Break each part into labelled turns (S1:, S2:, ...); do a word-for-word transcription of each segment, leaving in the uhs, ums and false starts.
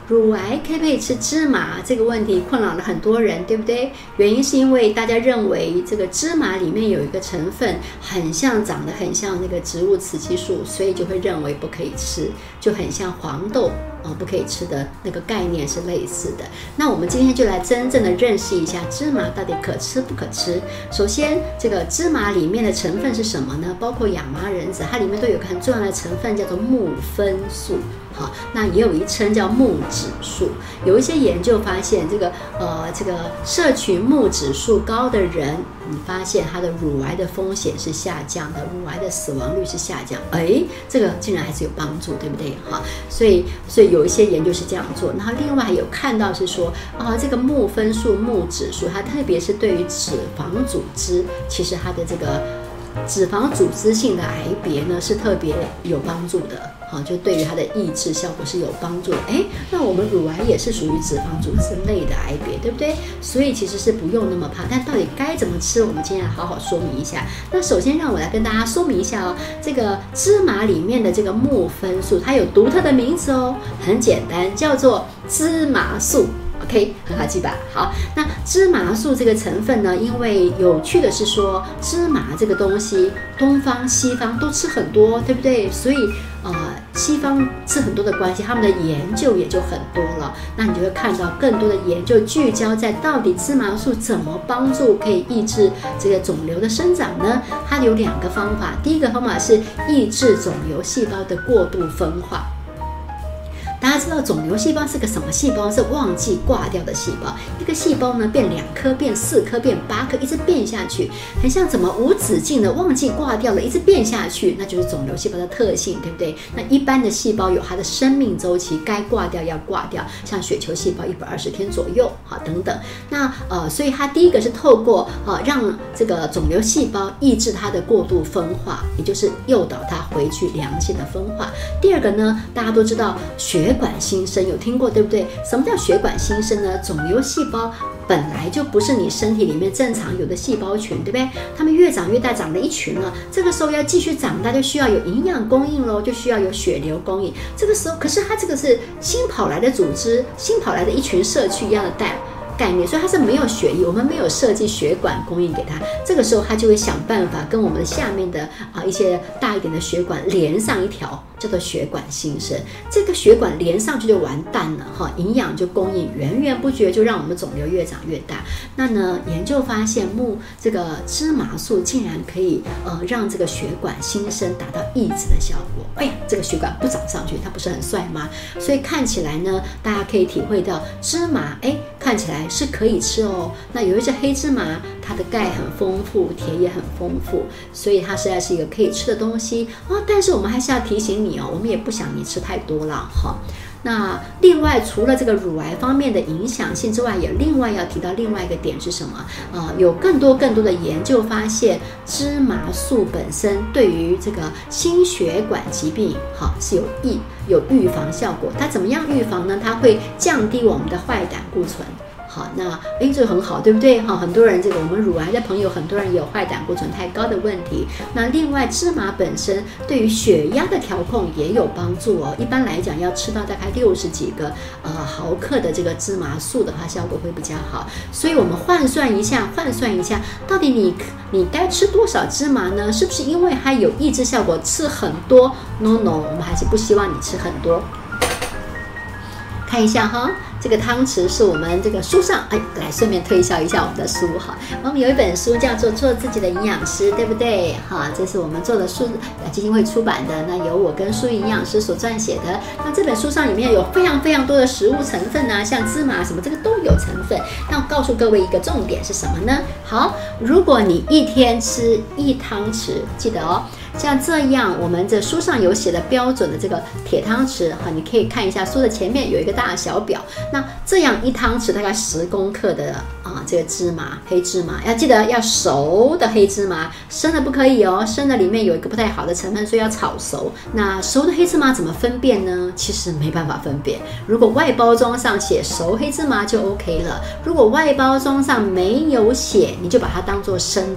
S1: 乳癌可不可以吃芝麻这个问题困扰了很多人，对不对？原因是因为大家认为这个芝麻里面有一个成分很像，长得很像那个植物雌激素，所以就会认为不可以吃，就很像黄豆哦，不可以吃的那个概念是类似的。那我们今天就来真正的认识一下芝麻到底可吃不可吃。首先，这个芝麻里面的成分是什么呢？包括亚麻仁籽，它里面都有个很重要的成分叫做木酚素。好，那也有一称叫木质素。有一些研究发现，这个呃，这个摄取木质素高的人，你发现他的乳癌的风险是下降的，乳癌的死亡率是下降。哎，这个竟然还是有帮助，对不对？哈，所以所以有一些研究是这样做。然后另外有看到是说，啊，这个木酚素、木质素，它特别是对于脂肪组织，其实它的这个脂肪组织性的癌别呢是特别有帮助的。好，就对于它的抑制效果是有帮助的。哎，那我们乳癌也是属于脂肪组织类的癌别，对不对？所以其实是不用那么怕。但到底该怎么吃，我们今天来好好说明一下。那首先让我来跟大家说明一下哦，这个芝麻里面的这个木酚素，它有独特的名字哦，很简单，叫做芝麻素。OK， 很好记吧？好，那芝麻素这个成分呢，因为有趣的是说，芝麻这个东西，东方西方都吃很多，对不对？所以呃，西方吃很多的关系，他们的研究也就很多了。那你就会看到更多的研究聚焦在到底芝麻素怎么帮助可以抑制这个肿瘤的生长呢？它有两个方法，第一个方法是抑制肿瘤细胞的过度分化。大家知道肿瘤细胞是个什么细胞？是忘记挂掉的细胞。一个细胞呢变两颗，变四颗，变八颗，一直变下去，很像怎么无止境的忘记挂掉了，一直变下去，那就是肿瘤细胞的特性，对不对？那一般的细胞有它的生命周期，该挂掉要挂掉，像血球细胞一百二十天左右，好等等。那呃，所以它第一个是透过呃让这个肿瘤细胞抑制它的过度分化，也就是诱导它回去良性的分化。第二个呢，大家都知道血血管新生有听过对不对？什么叫血管新生呢？肿瘤细胞本来就不是你身体里面正常有的细胞群，对不对？它们越长越大，长了一群了，这个时候要继续长大，就需要有营养供应咯，就需要有血流供应。这个时候，可是它这个是新跑来的组织，新跑来的一群社区一样的带概念，所以它是没有血液，我们没有设计血管供应给它，这个时候它就会想办法跟我们的下面的啊一些大一点的血管连上一条，叫做血管新生。这个血管连上去就完蛋了哈，营养就供应源源不绝，就让我们肿瘤越长越大。那呢，研究发现木这个芝麻素竟然可以呃让这个血管新生达到抑制的效果。哎呀，这个血管不长上去，它不是很帅吗？所以看起来呢，大家可以体会到芝麻，哎，看起来是可以吃哦。那有一些黑芝麻，它的钙很丰富，铁也很丰富，所以它实在是一个可以吃的东西哦。但是我们还是要提醒你哦，我们也不想你吃太多了哈。那另外，除了这个乳癌方面的影响性之外，也另外要提到另外一个点是什么？呃，有更多更多的研究发现，芝麻素本身对于这个心血管疾病，哈，是有益有预防效果。它怎么样预防呢？它会降低我们的坏胆固醇。好，那诶，这个很好，对不对？哈，很多人这个我们乳癌的朋友，很多人也有坏胆固醇太高的问题。那另外，芝麻本身对于血压的调控也有帮助哦。一般来讲，要吃到大概六十几个呃毫克的这个芝麻素的话，效果会比较好。所以我们换算一下，换算一下，到底你你该吃多少芝麻呢？是不是因为它有抑制效果，吃很多 ？No No， 我们还是不希望你吃很多。看一下哈。这个汤匙是我们这个书上，哎，来顺便推销一下我们的书哈。我们有一本书叫做《做自己的营养师》，对不对？哈，这是我们做的书基金会出版的，那由我跟舒营养师所撰写的。那这本书上里面有非常非常多的食物成分啊，像芝麻什么这个都有成分。那我告诉各位一个重点是什么呢？好，如果你一天吃一汤匙，记得哦。像这样，我们这书上有写的标准的这个铁汤匙哈，你可以看一下书的前面有一个大小表。那这样一汤匙大概十公克的啊，这个芝麻黑芝麻，要记得要熟的黑芝麻，生的不可以哦，生的里面有一个不太好的成分，所以要炒熟。那熟的黑芝麻怎么分辨呢？其实没办法分辨。如果外包装上写熟黑芝麻就 OK 了，如果外包装上没有写，你就把它当作生的。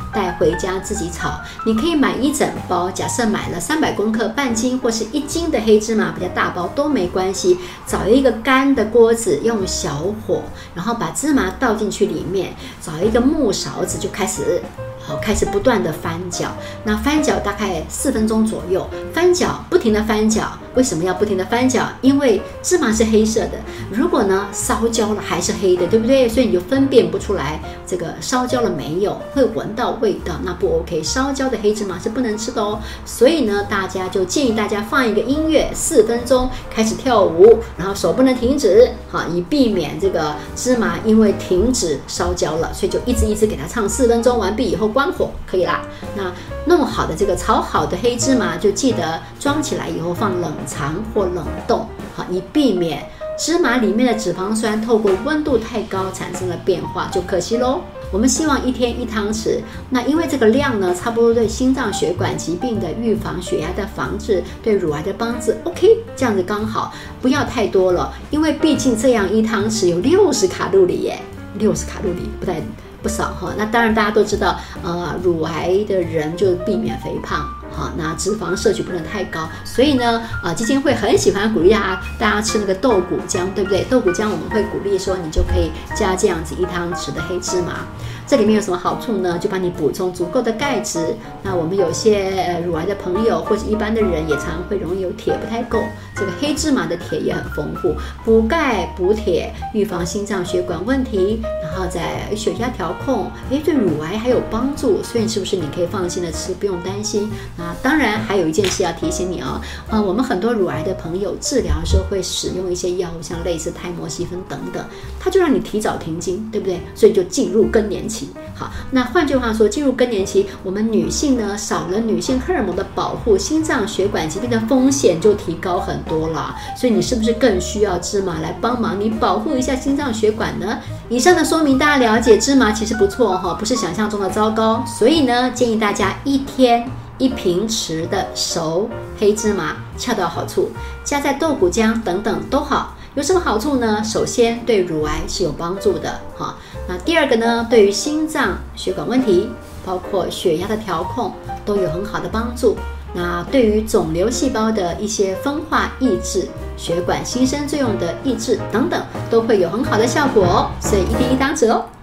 S1: 带回家自己炒。你可以买一整包，假设买了三百公克、半斤或是一斤的黑芝麻，比较大包都没关系。找一个干的锅子，用小火，然后把芝麻倒进去里面，找一个木勺子就开始。好，开始不断的翻搅，那翻搅大概四分钟左右，翻搅不停的翻搅。为什么要不停的翻搅？因为芝麻是黑色的，如果呢烧焦了还是黑的，对不对？所以你就分辨不出来这个烧焦了没有，会闻到味道，那不 OK。烧焦的黑芝麻是不能吃的哦。所以呢，大家就建议大家放一个音乐，四分钟开始跳舞，然后手不能停止，好，以避免这个芝麻因为停止烧焦了，所以就一直一直给它唱四分钟，完毕以后关火，可以啦。那弄好的这个炒好的黑芝麻，就记得装起来以后放冷藏或冷冻，好，以避免芝麻里面的脂肪酸透过温度太高产生了变化，就可惜咯。我们希望一天一汤匙，那因为这个量呢，差不多对心脏血管疾病的预防、血压的防治、对乳癌的帮助 ，OK， 这样子刚好，不要太多了，因为毕竟这样一汤匙有六十卡路里耶，六十卡路里不太不少哈。那当然大家都知道，呃，乳癌的人就避免肥胖。好，那脂肪摄取不能太高，所以呢，呃，基金会很喜欢鼓励大家大家吃那个豆谷浆，对不对？豆谷浆我们会鼓励说，你就可以加这样子一汤匙的黑芝麻。这里面有什么好处呢？就帮你补充足够的钙质。那我们有些呃乳癌的朋友或者一般的人也常常会容易有铁不太够，这个黑芝麻的铁也很丰富，补钙补铁，预防心脏血管问题，然后再血压调控，诶，对乳癌还有帮助。所以是不是你可以放心的吃，不用担心？那当然还有一件事要提醒你哦，呃，我们很多乳癌的朋友治疗的时候会使用一些药物，像类似泰莫西芬等等，它就让你提早停经，对不对？所以就进入更年期。好，那换句话说，进入更年期，我们女性呢少了女性荷尔蒙的保护，心脏血管疾病的风险就提高很多了。所以你是不是更需要芝麻来帮忙你保护一下心脏血管呢？以上的说明大家了解，芝麻其实不错哈，不是想象中的糟糕。所以呢，建议大家一天一平匙的熟黑芝麻恰到好处，加在豆谷浆等等都好。有什么好处呢？首先对乳癌是有帮助的哈。那第二个呢，对于心脏血管问题，包括血压的调控都有很好的帮助。那对于肿瘤细胞的一些分化抑制、血管新生作用的抑制等等，都会有很好的效果哦。所以一天一汤匙哦。